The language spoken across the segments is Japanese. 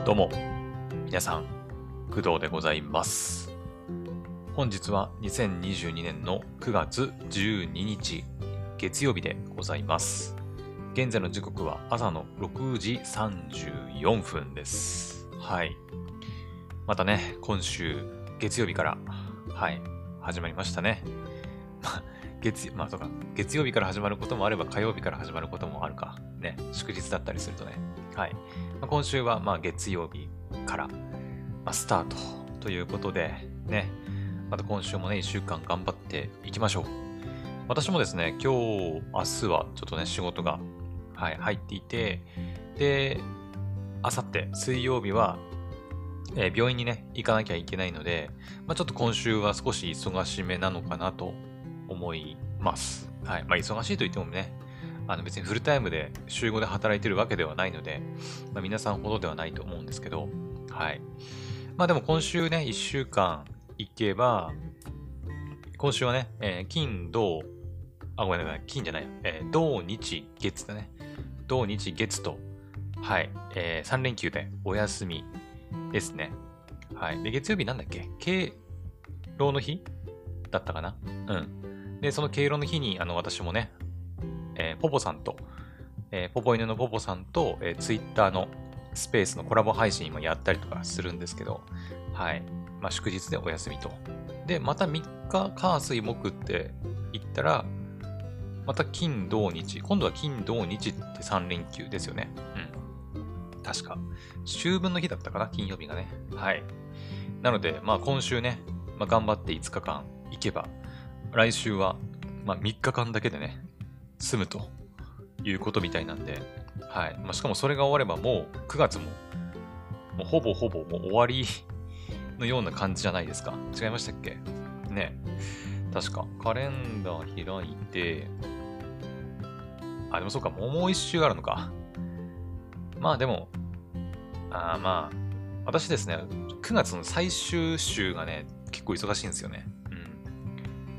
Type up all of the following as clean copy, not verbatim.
どうも、皆さん、工藤でございます。本日は2022年の9月12日、月曜日でございます。現在の時刻は朝の6時34分です。はい。またね、今週、月曜日から、始まりましたね。そうか、月曜日から始まることもあれば、火曜日から始まることもあるか。ね、祝日だったりするとね。はい。今週は、月曜日から、スタートということで、ね、また今週もね、1週間頑張っていきましょう。私もですね、今日、明日はちょっとね、仕事が、入っていて、で、あさって水曜日は、病院にね、行かなきゃいけないので、ちょっと今週は少し忙しめなのかなと思います。はい。忙しいと言ってもね、別にフルタイムで週5で働いてるわけではないので、皆さんほどではないと思うんですけど、はい。でも今週ね、1週間行けば、今週はね、金、土、ごめんなさい、金じゃない、土、日、月だね。土、日、月と、3連休でお休みですね。はい。で、月曜日なんだっけ？敬老の日だったかな？うん。で、その敬老の日に、私もね、ポポさんと、ポポ犬のポポさんと、ツイッターのスペースのコラボ配信もやったりとかするんですけど、はい。祝日でお休みと。で、また3日、火、水、木って言ったら、また金、土、日。今度は金、土、日って3連休ですよね。うん。確か。秋分の日だったかな、金曜日がね。はい。なので、今週ね、頑張って5日間行けば、来週は、3日間だけでね、済むということみたいなんで、はい。しかもそれが終わればもう9月も、もうほぼもう終わりのような感じじゃないですか。違いましたっけね。確か。カレンダー開いて、でもそうか、もう1週あるのか。でも、私ですね、9月の最終週がね、結構忙しいんですよね。うん。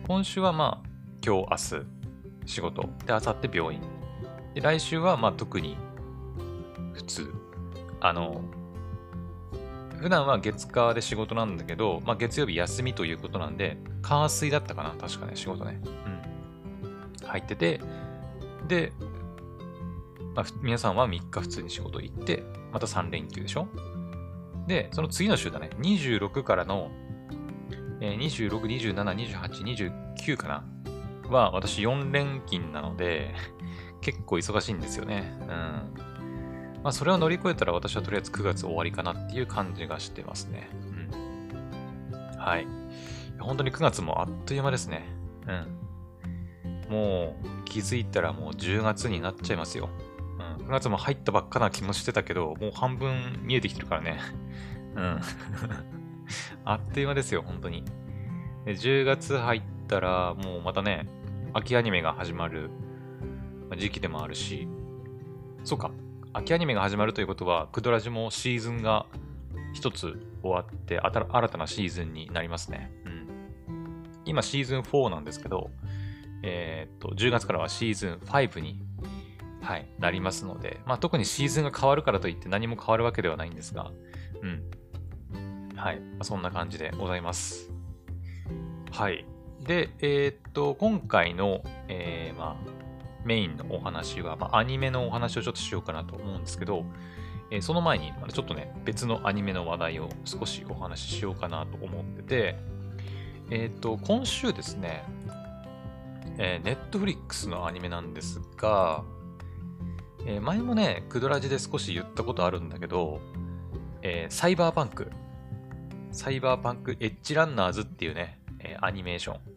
今週は今日、明日、仕事。で、明後日病院。で、来週は特に普通。普段は月火で仕事なんだけど、月曜日休みということなんで、火水だったかな確かね、仕事ね。うん。入ってて、で、皆さんは3日普通に仕事行って、また3連休でしょで、その次の週だね。26からの、26、27、28、29かなは、私4連勤なので、結構忙しいんですよね。うん。それを乗り越えたら私はとりあえず9月終わりかなっていう感じがしてますね。うん。はい。本当に9月もあっという間ですね。うん。もう気づいたらもう10月になっちゃいますよ。うん。9月も入ったばっかな気もしてたけど、もう半分見えてきてるからね。うん。あっという間ですよ、本当に。で10月入ったら、もうまたね、秋アニメが始まる時期でもあるし、そうか、秋アニメが始まるということは、クドラジもシーズンが一つ終わって、新たなシーズンになりますね。うん。今シーズン4なんですけど、10月からはシーズン5に、なりますので、特にシーズンが変わるからといって何も変わるわけではないんですが、うん。そんな感じでございます。はい。で、今回の、メインのお話は、アニメのお話をちょっとしようかなと思うんですけど、その前に、ちょっとね、別のアニメの話題を少しお話ししようかなと思ってて、今週ですね、Netflix のアニメなんですが、前もね、クドラジで少し言ったことあるんだけど、サイバーパンクエッジランナーズっていうね、アニメーション。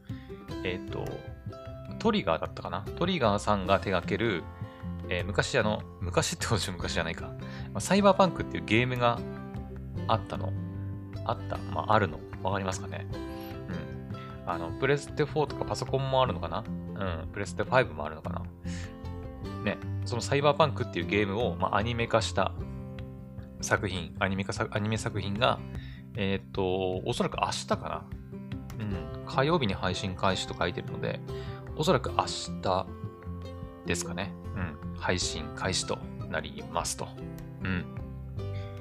トリガーだったかなトリガーさんが手掛ける、昔ってほしい昔じゃないか。サイバーパンクっていうゲームがあったの。あるの。わかりますかねうん。プレステ4とかパソコンもあるのかなうん。プレステ5もあるのかなね。そのサイバーパンクっていうゲームを、アニメ化した作品、アニメ作品が、おそらく明日かなうん。火曜日に配信開始と書いてるので、おそらく明日ですかね。うん。配信開始となりますと。うん。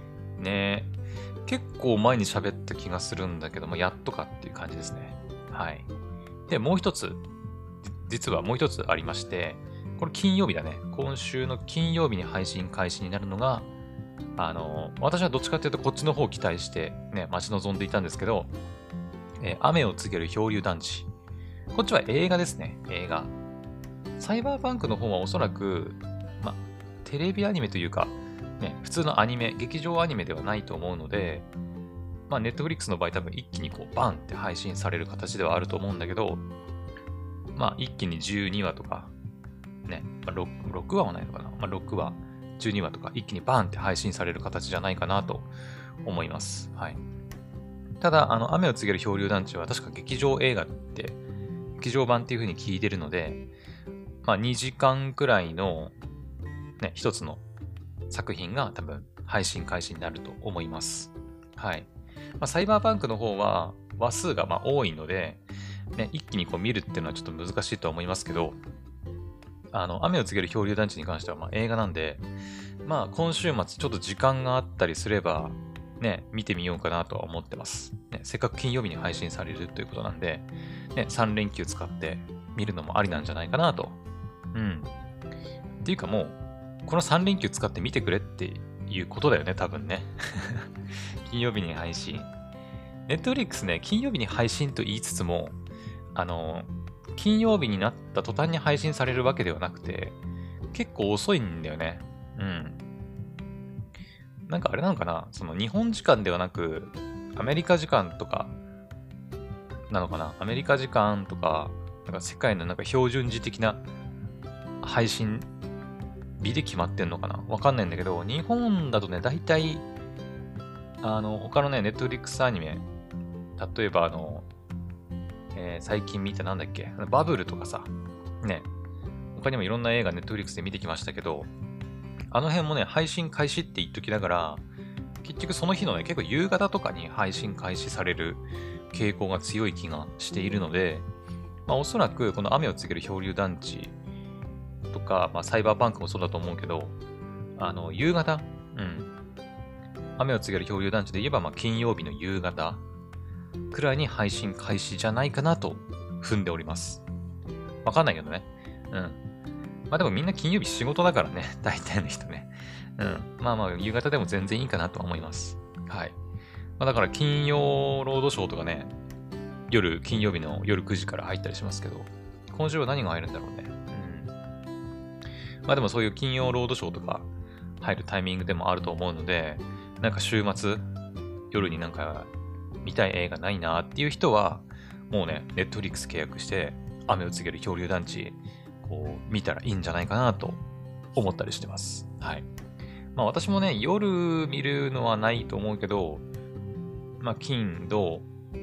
ね。結構前に喋った気がするんだけども、やっとかっていう感じですね。はい。で、もう一つ、実はもう一つありまして、これ金曜日だね。今週の金曜日に配信開始になるのが、私はどっちかっていうとこっちの方を期待してね、待ち望んでいたんですけど、雨を告げる漂流団地。こっちは映画ですね、映画。サイバーパンクの方はおそらく、ま、テレビアニメというか、ね、普通のアニメ、劇場アニメではないと思うので、まあ、ネットフリックスの場合多分一気にこうバンって配信される形ではあると思うんだけど、まあ、一気に12話とか、ね、まあ、6話はないのかな、まあ、6話、12話とか一気にバンって配信される形じゃないかなと思います。はい。ただ、雨を告げる漂流団地は確か劇場映画って、劇場版っていう風に聞いてるので、まあ、2時間くらいの、ね、一つの作品が多分配信開始になると思います。はい。まあ、サイバーパンクの方は話数がまあ多いので、ね、一気にこう見るっていうのはちょっと難しいとは思いますけど、雨を告げる漂流団地に関してはまあ映画なんで、まあ今週末ちょっと時間があったりすれば、ね、見てみようかなとは思ってます。ね、せっかく金曜日に配信されるということなんで、ね、3連休使って見るのもありなんじゃないかなと。うん。っていうかもう、この3連休使って見てくれっていうことだよね、多分ね。金曜日に配信。ネットフリックスね、金曜日に配信と言いつつも、金曜日になった途端に配信されるわけではなくて、結構遅いんだよね。うん。なんかあれなのかな、その日本時間ではなく、アメリカ時間とか、なのかな、アメリカ時間とか、なんか世界のなんか標準時的な配信日で決まってんのかなわかんないんだけど、日本だとね、大体、他のね、ネットフリックスアニメ、例えば最近見たなんだっけ、バブルとかさ、ね、他にもいろんな映画ネットフリックスで見てきましたけど、あの辺もね、配信開始って言っときながら、結局その日のね、結構夕方とかに配信開始される傾向が強い気がしているので、まあおそらくこの雨を告げる漂流団地とか、まあサイバーパンクもそうだと思うけど、夕方、うん。雨を告げる漂流団地で言えば、まあ金曜日の夕方くらいに配信開始じゃないかなと踏んでおります。わかんないけどね。うん。まあでもみんな金曜日仕事だからね。大体の人ね。うん。まあまあ夕方でも全然いいかなとは思います。はい。まあだから金曜ロードショーとかね、金曜日の夜9時から入ったりしますけど、今週は何が入るんだろうね。うん。まあでもそういう金曜ロードショーとか入るタイミングでもあると思うので、なんか週末、夜になんか見たい映画ないなっていう人は、もうね、ネットフリックス契約して、雨を告げる漂流団地、こう、見たらいいんじゃないかなと思ったりしてます。はい。まあ私もね、夜見るのはないと思うけど、まあ金、土、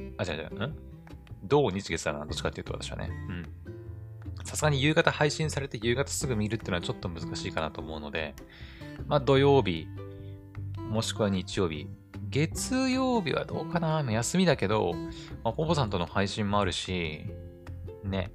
土日月だな、どっちかっていうと私はね。うん。さすがに夕方配信されて夕方すぐ見るっていうのはちょっと難しいかなと思うので、まあ土曜日、もしくは日曜日、月曜日はどうかな、休みだけど、まあ、ポポさんとの配信もあるし、ね。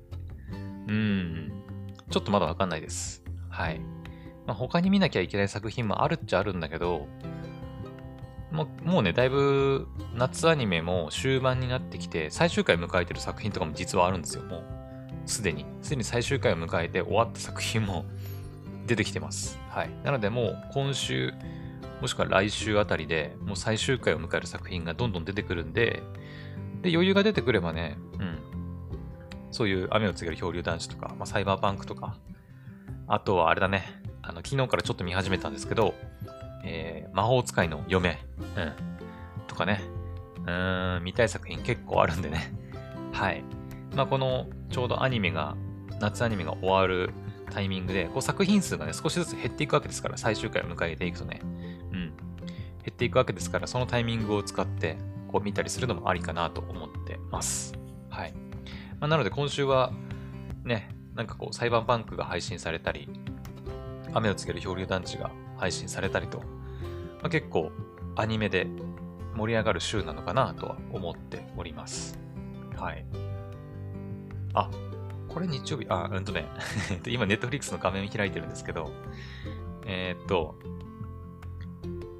ちょっとまだわかんないです。はい。まあ、他に見なきゃいけない作品もあるっちゃあるんだけど、もうね、だいぶ夏アニメも終盤になってきて、最終回迎えてる作品とかも実はあるんですよ、もう。すでに最終回を迎えて終わった作品も出てきてます。はい。なのでもう今週、もしくは来週あたりでもう最終回を迎える作品がどんどん出てくるんで、余裕が出てくればね、そういう雨を告げる漂流男子とか、まあ、サイバーパンクとか、あとはあれだね、昨日からちょっと見始めたんですけど、魔法使いの嫁、とかね、見たい作品結構あるんでね。はい。まあ、この、ちょうど夏アニメが終わるタイミングで、こう作品数がね、少しずつ減っていくわけですから、最終回を迎えていくとね、減っていくわけですから、そのタイミングを使って、こう見たりするのもありかなと思ってます。はい。まあ、なので今週は、ね、なんかこう、サイバーパンクが配信されたり、雨を告げる漂流団地が配信されたりと、まあ、結構アニメで盛り上がる週なのかなとは思っております。はい。あ、これ日曜日、今ネットフリックスの画面を開いてるんですけど、こ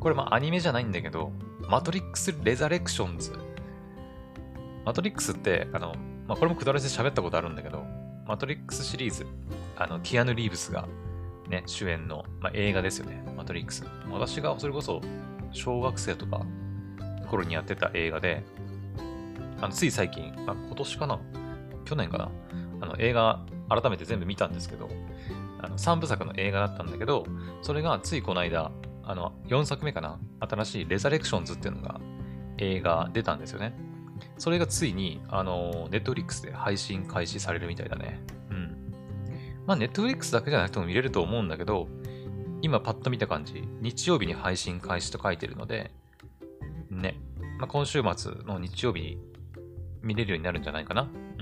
これアニメじゃないんだけど、マトリックス・レザレクションズ。マトリックスって、これもくだらず喋ったことあるんだけど、マトリックスシリーズ、キアヌ・リーブスがね、主演の、映画ですよね、マトリックス。私がそれこそ小学生とか頃にやってた映画で、つい最近、今年かな去年かな映画改めて全部見たんですけど、3部作の映画だったんだけど、それがついこの間、4作目かな新しいレザレクションズっていうのが映画出たんですよね。それがついに、ネットフリックスで配信開始されるみたいだね。うん。ネットフリックスだけじゃなくても見れると思うんだけど、今パッと見た感じ、日曜日に配信開始と書いてるので、ね。今週末の日曜日に見れるようになるんじゃないかな。うん。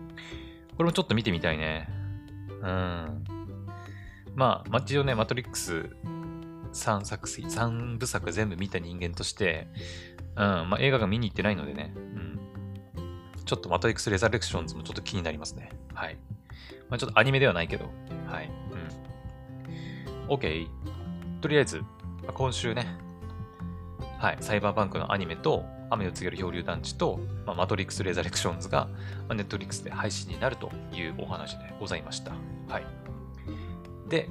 これもちょっと見てみたいね。うん。一応ね、マトリックス3部作全部見た人間として、映画が見に行ってないのでね、ちょっとマトリックスレザレクションズもちょっと気になりますね。はい。ちょっとアニメではないけど、はい。OK。とりあえず、今週ね、はい、サイバーバンクのアニメと、雨を告げる漂流団地と、マトリックスレザレクションズが、ネットフリックスで配信になるというお話でございました。はい。で、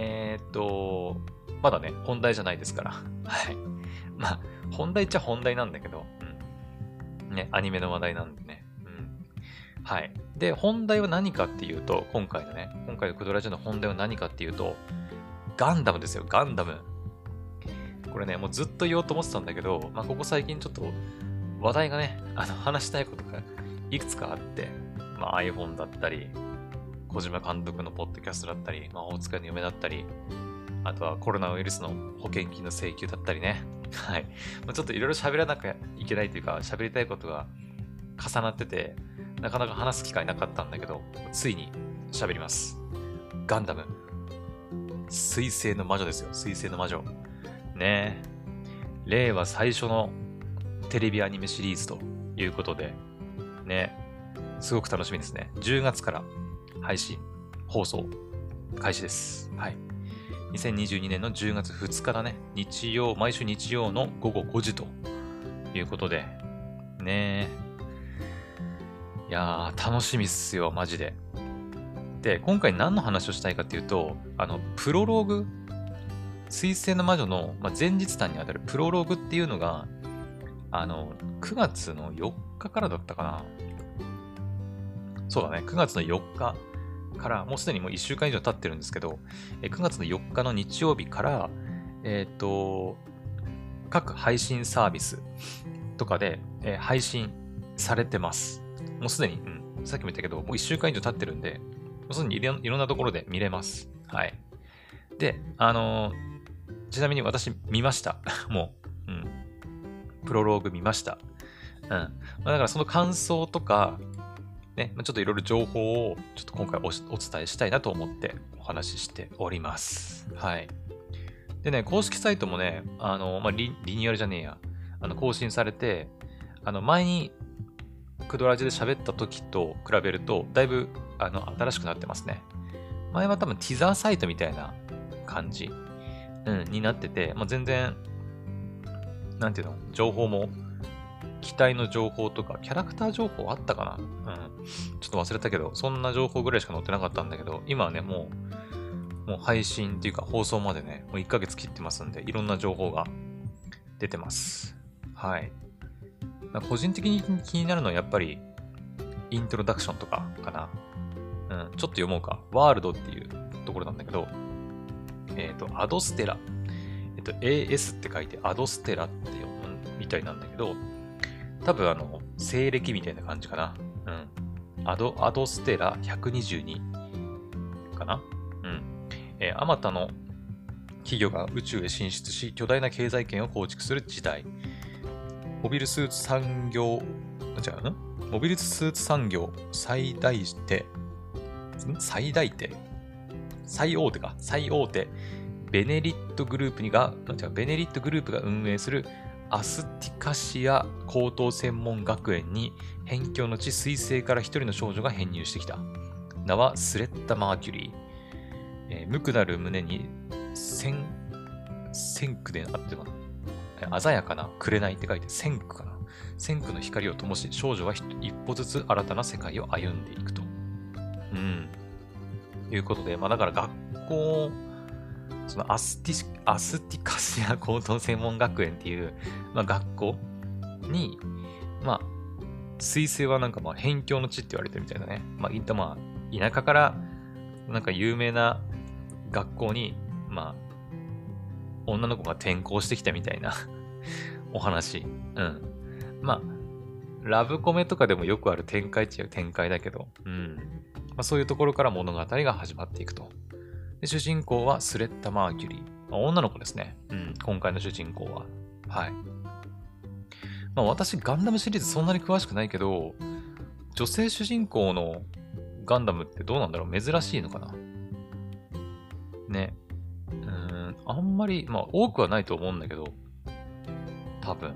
まだね、本題じゃないですから。はい。本題っちゃ本題なんだけど、ね、アニメの話題なんでね。はい。で、本題は何かっていうと、今回のクドラジオの本題は何かっていうと、ガンダムですよ、ガンダム。これね、もうずっと言おうと思ってたんだけど、ここ最近ちょっと話題がね、話したいことがいくつかあって、iPhone だったり、小島監督のポッドキャストだったり、大塚の嫁だったり、あとはコロナウイルスの保険金の請求だったりね。はい。ちょっといろいろ喋らなきゃいけないというか、喋りたいことが重なってて、なかなか話す機会なかったんだけど、ついに喋ります。ガンダム。水星の魔女ですよ。水星の魔女。ねえ。令和最初のテレビアニメシリーズということで、ね。すごく楽しみですね。10月から配信、放送、開始です。はい。2022年の10月2日だね。毎週日曜の午後5時ということで、ねえ。いやー、楽しみっすよ、マジで。で、今回何の話をしたいかっていうと、プロローグ、水星の魔女の、前日談にあたるプロローグっていうのが、9月の4日からだったかな。そうだね、9月の4日から、もうすでにもう1週間以上経ってるんですけど、9月の4日の日曜日から、各配信サービスとかで、配信されてます。もうすでに、さっきも言ったけど、もう1週間以上経ってるんで、もうすでにいろんなところで見れます。はい。で、ちなみに私見ました。もう、プロローグ見ました。だからその感想とか、ね、ちょっといろいろ情報をちょっと今回お伝えしたいなと思ってお話ししております。はい。でね、公式サイトもね、リニューアルじゃねえや。更新されて、前にクドラジで喋った時と比べると、だいぶ、新しくなってますね。前は多分ティザーサイトみたいな感じ、になってて、全然、なんていうの、情報も、機体の情報とか、キャラクター情報あったかな、ちょっと忘れたけど、そんな情報ぐらいしか載ってなかったんだけど、今はね、もう配信っていうか放送までね、もう1ヶ月切ってますんで、いろんな情報が出てます。はい。個人的に気になるのはやっぱり、イントロダクションとかかな。ちょっと読もうか。ワールドっていうところなんだけど、アドステラ。AS って書いてアドステラって読むみたいなんだけど、多分西暦みたいな感じかな。アドステラ122かな。あまたの企業が宇宙へ進出し、巨大な経済圏を構築する時代。モビルスーツ産業最大手、ベネリットグループが運営するアスティカシア高等専門学園に辺境の地水星から一人の少女が編入してきた。名はスレッタ・マーキュリー。無垢なる胸に先駆であっての鮮やかな紅って書いて線区かな。線区の光を灯し、少女は一歩ずつ新たな世界を歩んでいくと。いうことで、だから学校、そのアスティカシア高等専門学園っていう、学校に、彗星はなんか辺境の地って言われてるみたいだね。田舎からなんか有名な学校に、女の子が転校してきたみたいなお話。ラブコメとかでもよくある展開っちゃう展開だけど、そういうところから物語が始まっていくと。で、主人公はスレッタ・マーキュリー。女の子ですね。今回の主人公は。はい。私、ガンダムシリーズそんなに詳しくないけど、女性主人公のガンダムってどうなんだろう？珍しいのかなね。あんまり、多くはないと思うんだけど、多分。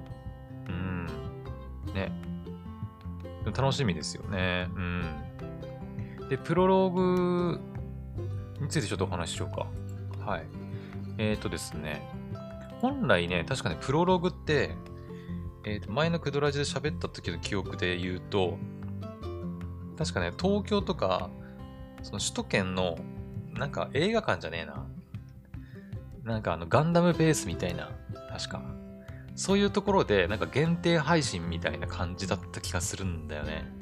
ね。楽しみですよね。で、プロローグについてちょっとお話ししようか。はい。ですね。本来ね、確かね、プロローグって、前のクドラジで喋った時の記憶で言うと、確かね、東京とか、その首都圏の、なんか映画館じゃねえな。なんかガンダムベースみたいな、確か。そういうところで、なんか限定配信みたいな感じだった気がするんだよね。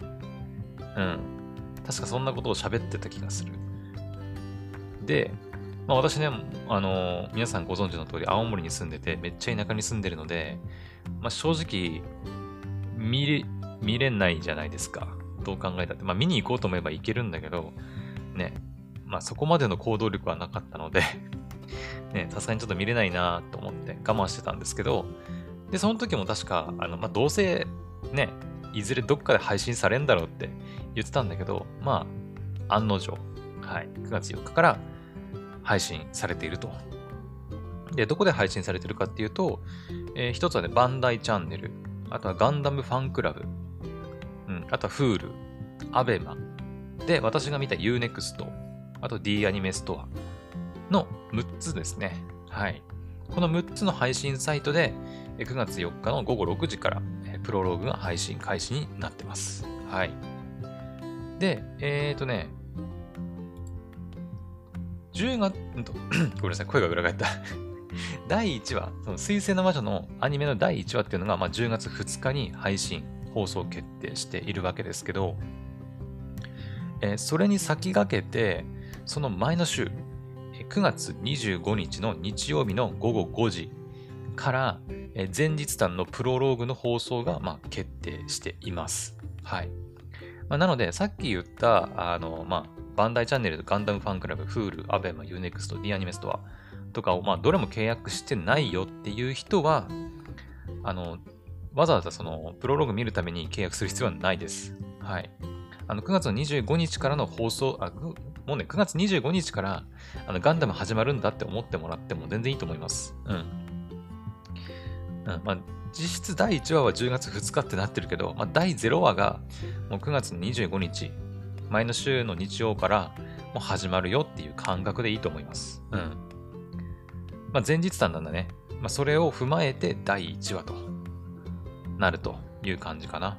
確かそんなことを喋ってた気がする。で、私ね、皆さんご存知の通り、青森に住んでて、めっちゃ田舎に住んでるので、正直、見れないじゃないですか。どう考えたって。見に行こうと思えば行けるんだけど、ね、そこまでの行動力はなかったのでね、さすがにちょっと見れないなと思って我慢してたんですけど、で、その時も確か、どうせ、ね、いずれどっかで配信されんだろうって言ってたんだけど、案の定、はい、9月4日から配信されていると。で、どこで配信されてるかっていうと、一つはね、バンダイチャンネル、あとはガンダムファンクラブ、あとは Hulu、アベマ、で、私が見た Unext、あと D アニメストアの6つですね。はい。この6つの配信サイトで、9月4日の午後6時から、プロローグが配信開始になってます。はい。で、10月、ごめんなさい、声が裏返った。第1話、その水星の魔女のアニメの第1話っていうのが、10月2日に配信、放送決定しているわけですけど、それに先駆けて、その前の週、9月25日の日曜日の午後5時から、前日談のプロローグの放送が、決定しています。はい。なので、さっき言った、バンダイチャンネル、ガンダムファンクラブ、Hulu、アベマ、Unext、D アニメストアとかを、どれも契約してないよっていう人は、わざわざその、プロローグ見るために契約する必要はないです。はい。9月の25日からの放送、もうね、9月25日から、ガンダム始まるんだって思ってもらっても全然いいと思います。実質第1話は10月2日ってなってるけど、第0話がもう9月の25日、前の週の日曜からもう始まるよっていう感覚でいいと思います。前日談なんだね。それを踏まえて第1話となるという感じかな。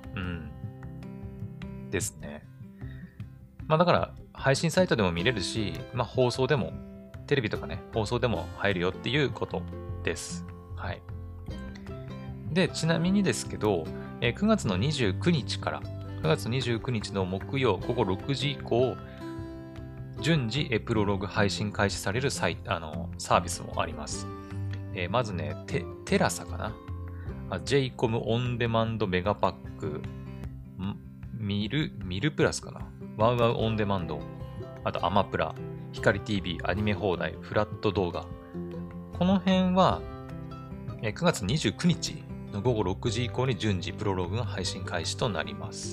ですね。だから、配信サイトでも見れるし、放送でも、テレビとかね、放送でも入るよっていうことです。はい。で、ちなみにですけど、9月の29日から、9月29日の木曜午後6時以降、順次、プロローグ配信開始されるサービスもあります。まずね、テラサかな。JCOM オンデマンドメガパック、ミルプラスかな。ワウワウオンデマンド、あとアマプラ、光 TV、アニメ放題、フラット動画。この辺は、9月29日の午後6時以降に順次プロローグが配信開始となります。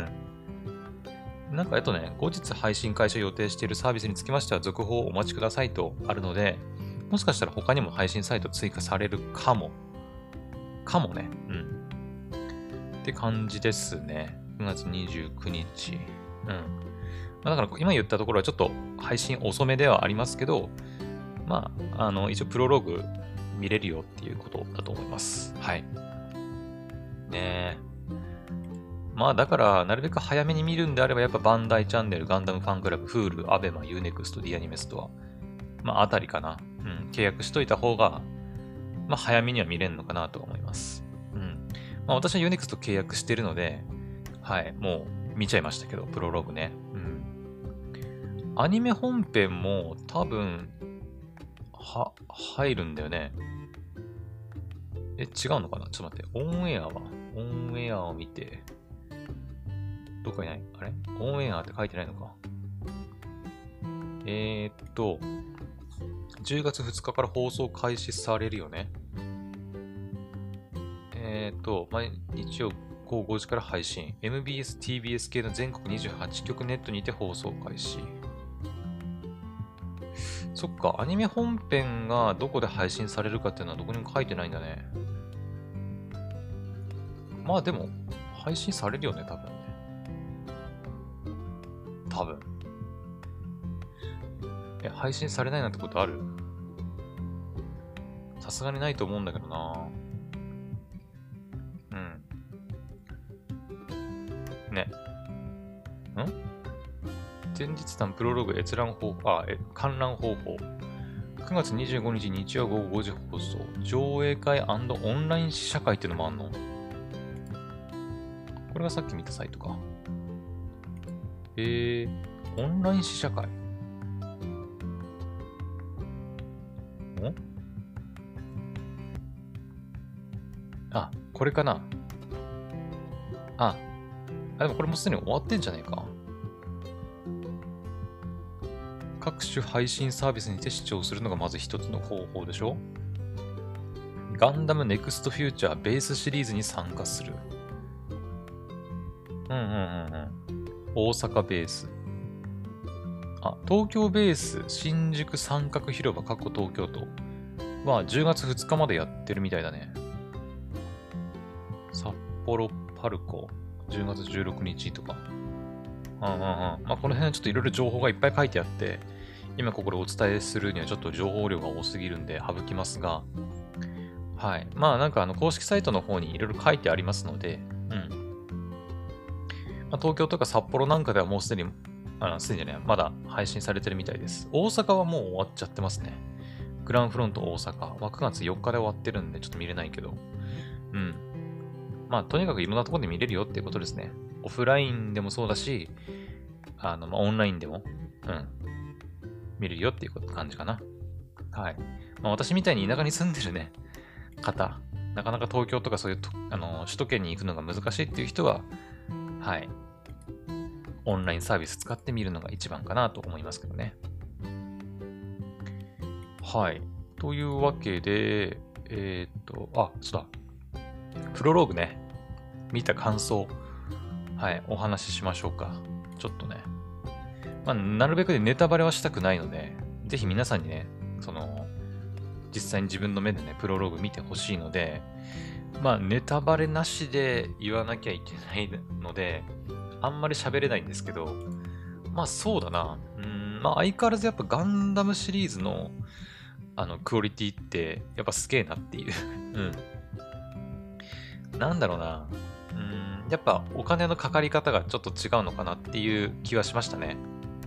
なんか後日配信開始を予定しているサービスにつきましては続報をお待ちくださいとあるので、もしかしたら他にも配信サイト追加されるかもね。って感じですね。9月29日。だから今言ったところはちょっと配信遅めではありますけど、一応プロローグ見れるよっていうことだと思います。はい。ねえ。まあだから、なるべく早めに見るんであれば、やっぱバンダイチャンネル、ガンダムファンクラブ、フール、アベマ、ユーネクスト、ディアニメストア、まああたりかな。うん、契約しといた方が、まあ早めには見れるのかなと思います。うん。まあ私はユーネクスト契約してるので、はい、もう見ちゃいましたけど、プロローグね。うん。アニメ本編も多分、入るんだよね。違うのかな、ちょっと待って。オンエアを見て、どこにない、あれオンエアって書いてないのか。10月2日から放送開始されるよね。日曜午後5時から配信。MBS、TBS 系の全国28局ネットにて放送開始。そっか、アニメ本編がどこで配信されるかっていうのはどこにも書いてないんだね。まあでも、配信されるよね、多分ね。多分。配信されないなんてことある？さすがにないと思うんだけどな。うん。ね。前日談プロローグ閲覧方法、観覧方法。9月25日日曜午後5時放送。上映会&オンライン試写会っていうのもあんの？これがさっき見たサイトか。オンライン試写会？これかな。でもこれもすでに終わってんじゃねえか。各種配信サービスにて視聴するのがまず一つの方法でしょ。ガンダムネクストフューチャーベースシリーズに参加する。大阪ベース。東京ベース、新宿三角広場、東京都は10月2日までやってるみたいだね。札幌パルコ、10月16日とか。この辺はちょっといろいろ情報がいっぱい書いてあって、今ここでお伝えするにはちょっと情報量が多すぎるんで省きますが、はい。公式サイトの方にいろいろ書いてありますので、東京とか札幌なんかではもうすでに、まだ配信されてるみたいです。大阪はもう終わっちゃってますね。グランフロント大阪は9月4日で終わってるんでちょっと見れないけど、とにかくいろんなところで見れるよっていうことですね。オフラインでもそうだし、オンラインでも、見れるよっていう感じかな。はい。私みたいに田舎に住んでるね、方、なかなか東京とかそういう首都圏に行くのが難しいっていう人は、はい。オンラインサービス使ってみるのが一番かなと思いますけどね。はい。というわけで、そうだ。プロローグね。見た感想。はい。お話ししましょうか。ちょっとね。なるべくネタバレはしたくないので、ぜひ皆さんにね、実際に自分の目でね、プロローグ見てほしいので、ネタバレなしで言わなきゃいけないので、あんまり喋れないんですけど、そうだな。相変わらずやっぱガンダムシリーズの、クオリティって、やっぱすげえなっていう。なんだろうな。やっぱお金のかかり方がちょっと違うのかなっていう気はしましたね。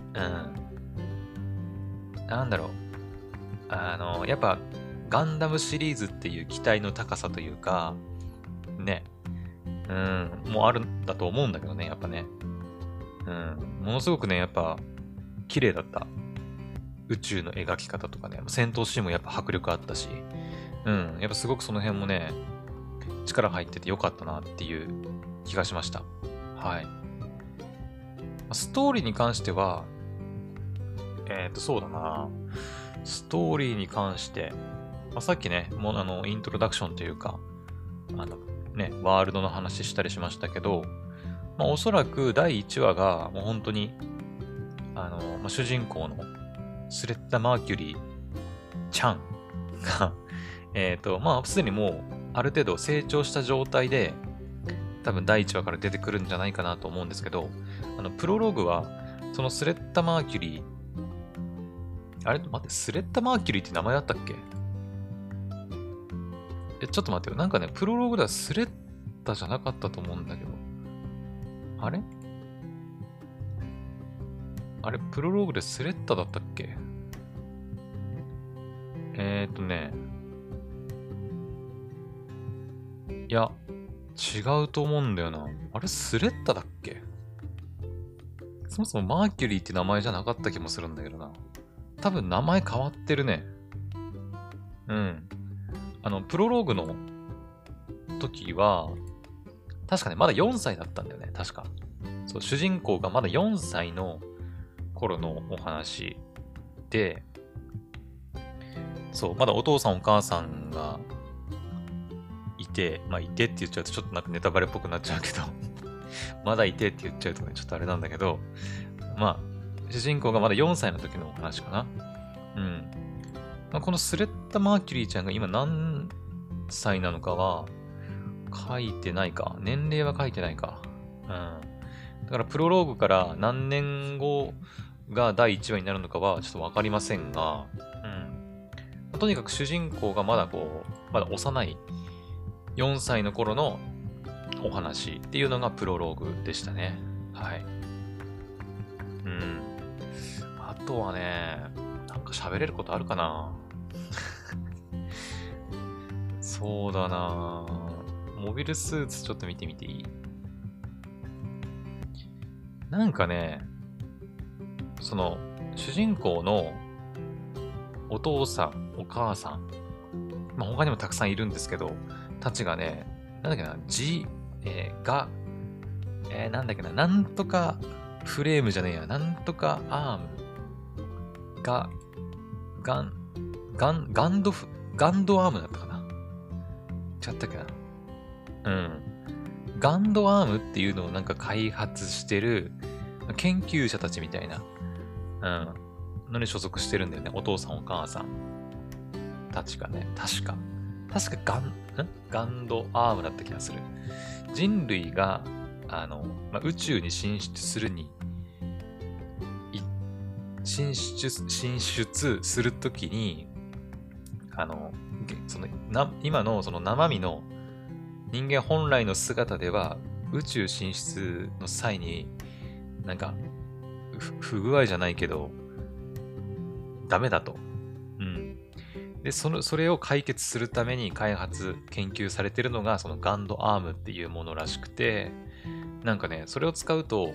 なんだろう。やっぱガンダムシリーズっていう期待の高さというか、ね。もうあるんだと思うんだけどね、やっぱね。ものすごくね、やっぱ、綺麗だった。宇宙の描き方とかね、戦闘シーンもやっぱ迫力あったし、やっぱすごくその辺もね、力入っててよかったなっていう気がしました。はい。ストーリーに関しては、そうだな。ストーリーに関して、さっきね、もうイントロダクションというか、ワールドの話したりしましたけど、おそらく第1話がもう本当に、主人公のスレッタ・マーキュリーちゃんが、すでにもうある程度成長した状態で、多分第1話から出てくるんじゃないかなと思うんですけど、プロローグは、そのスレッタ・マーキュリー、スレッタ・マーキュリーって名前だったっけ？ ちょっと待ってよ。なんかね、プロローグではスレッタじゃなかったと思うんだけど。あれプロローグでスレッタだったっけ？ね。いや、違うと思うんだよな。あれ、スレッタだっけ？そもそもマーキュリーって名前じゃなかった気もするんだけどな。多分名前変わってるね。うん。プロローグの時は、確かね、まだ4歳だったんだよね。確か。そう、主人公がまだ4歳の頃のお話で、そう、まだお父さんお母さんがいて、まあ、いてって言っちゃうとちょっとなんかネタバレっぽくなっちゃうけどまだいてって言っちゃうとね、ちょっとあれなんだけど、まあ、主人公がまだ4歳の時のお話かな。うん。まあ、このスレッタ・マーキュリーちゃんが今何歳なのかは書いてないか。年齢は書いてないか。うん。だからプロローグから何年後が第1話になるのかはちょっとわかりませんが、うん。とにかく主人公がまだまだ幼い4歳の頃のお話っていうのがプロローグでしたね。はい。うん。あとはね、なんか喋れることあるかなそうだなモビルスーツちょっと見てみていい？なんかね、その、主人公のお父さん、お母さん、まあ、他にもたくさんいるんですけど、たちがね、なんだっけな、なんだっけな、なんとかフレームじゃねえや、なんとかアームが、ガン、ガンドアームだったかな。違ったっけな。うん。ガンドアームっていうのをなんか開発してる研究者たちみたいな、のに所属してるんだよね。お父さんお母さんたちがね。確かガンドアームだった気がする。人類が、まあ、宇宙に進出するに、進出するときに、今のその生身の人間本来の姿では宇宙進出の際になんか不具合じゃないけどダメだと。うん。で、それを解決するために研究されてるのがそのガンドアームっていうものらしくて、なんかね、それを使うと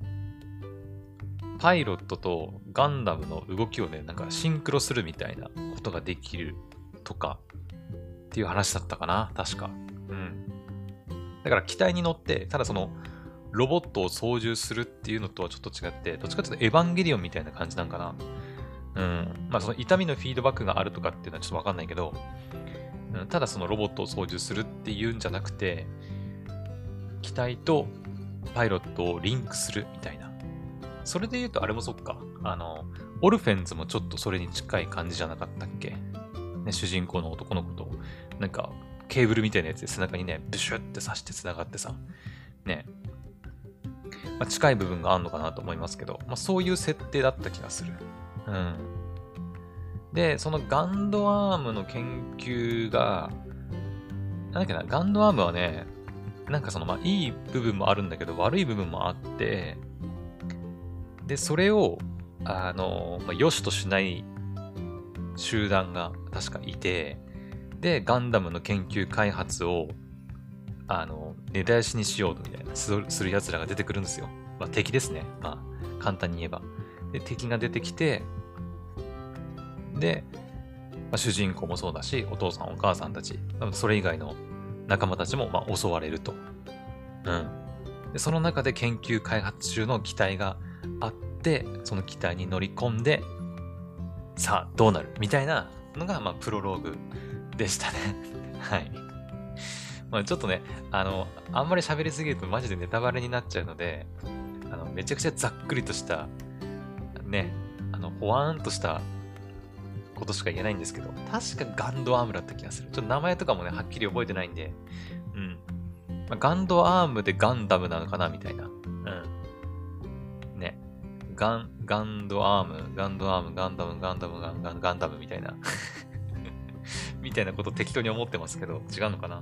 パイロットとガンダムの動きをね、なんかシンクロするみたいなことができるとかっていう話だったかな、確か。うん。だから機体に乗って、ただそのロボットを操縦するっていうのとはちょっと違って、どっちかというとエヴァンゲリオンみたいな感じなんかな。うん。まあその痛みのフィードバックがあるとかっていうのはちょっとわかんないけど、ただそのロボットを操縦するっていうんじゃなくて、機体とパイロットをリンクするみたいな。それで言うとあれもそっか。オルフェンズもちょっとそれに近い感じじゃなかったっけ？ね、主人公の男の子と、なんか、ケーブルみたいなやつで背中にね、ブシュって刺して繋がってさ、ね、まあ、近い部分があるのかなと思いますけど、まあ、そういう設定だった気がする。うん。で、そのガンドアームの研究が、なんだっけな、ガンドアームはね、なんかまあ、いい部分もあるんだけど、悪い部分もあって、で、それを、まあ、良しとしない集団が確かいて、で、ガンダムの研究開発を、根絶やしにしようみたいな、する奴らが出てくるんですよ。まあ、敵ですね。まあ、簡単に言えば。で、敵が出てきて、で、まあ、主人公もそうだし、お父さんお母さんたち、それ以外の仲間たちも、まあ、襲われると。うん。で、その中で研究開発中の機体があって、その機体に乗り込んで、さあ、どうなるみたいなのが、まあ、プロローグでしたね。はい。まあ、ちょっとね、あんまり喋りすぎるとマジでネタバレになっちゃうので、めちゃくちゃざっくりとした、ね、ほわーんとしたことしか言えないんですけど、確かガンドアームだった気がする。ちょっと名前とかもね、はっきり覚えてないんで、うん。まあ、ガンドアームでガンダムなのかなみたいな。うん。ね。ガンドアーム、ガンダムみたいな。みみたいなことを適当に思ってますけど、違うのかな。うん。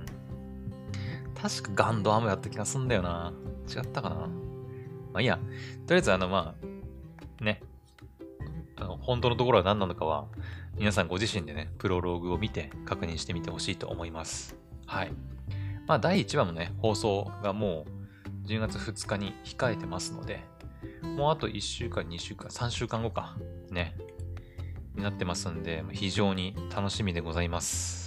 確かガンドアムやった気がすんだよな。違ったかな。まあいいや。とりあえずまあ、ね。本当のところは何なのかは、皆さんご自身でね、プロローグを見て確認してみてほしいと思います。はい。まあ、第1話のね、放送がもう10月2日に控えてますので、もうあと1週間、2週間、3週間後か、ね、になってますんで、非常に楽しみでございます。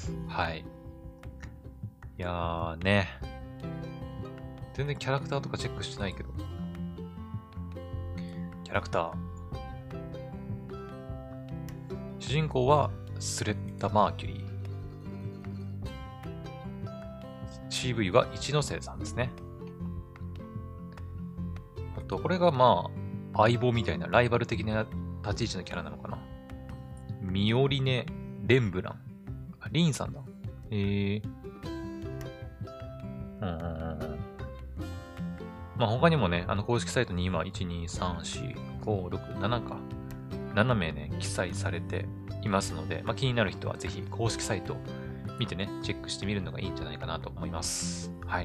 はい。いやーね、全然キャラクターとかチェックしてないけど、キャラクター、主人公はスレッタ・マーキュリー。CV は一ノ瀬さんですね。あと、これがまあ、相棒みたいなライバル的な立ち位置のキャラなのかな。ミオリネ・レンブラン。あ、リンさんだ。まあ他にもね、公式サイトに今、1、2、3、4、5、6、7か。7名ね、記載されていますので、まあ気になる人はぜひ公式サイト見てね、チェックしてみるのがいいんじゃないかなと思います。はい。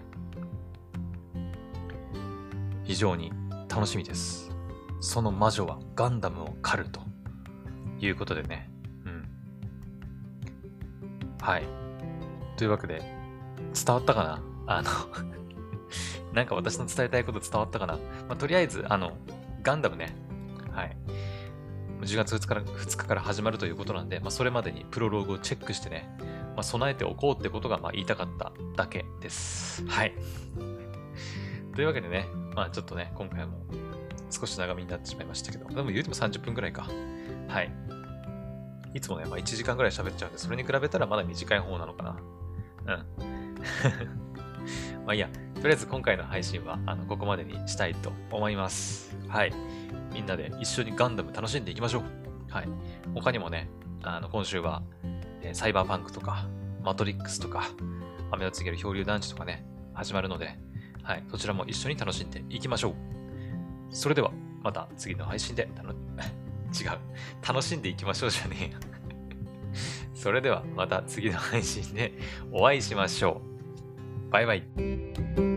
非常に楽しみです。その魔女はガンダムを狩るということでね。うん。はい。というわけで、伝わったかななんか私の伝えたいこと伝わったかな、まあ、とりあえず、ガンダムね。はい。10月2日から始まるということなんで、まあ、それまでにプロローグをチェックしてね、まあ、備えておこうってことがまあ言いたかっただけです。はい。というわけでね、まあちょっとね、今回も少し長めになってしまいましたけど、でも言うても30分くらいか。はい。いつもね、まあ1時間くらい喋っちゃうんで、それに比べたらまだ短い方なのかな。うん。まあいいや、とりあえず今回の配信はここまでにしたいと思います。はい。みんなで一緒にガンダム楽しんでいきましょう。はい。他にもね、今週は、サイバーパンクとか、マトリックスとか、雨を告げる漂流団地とかね、始まるので、はい。そちらも一緒に楽しんでいきましょう。それでは、また次の配信で違う。楽しんでいきましょうじゃねえよ。それでは、また次の配信でお会いしましょう。バイバイ。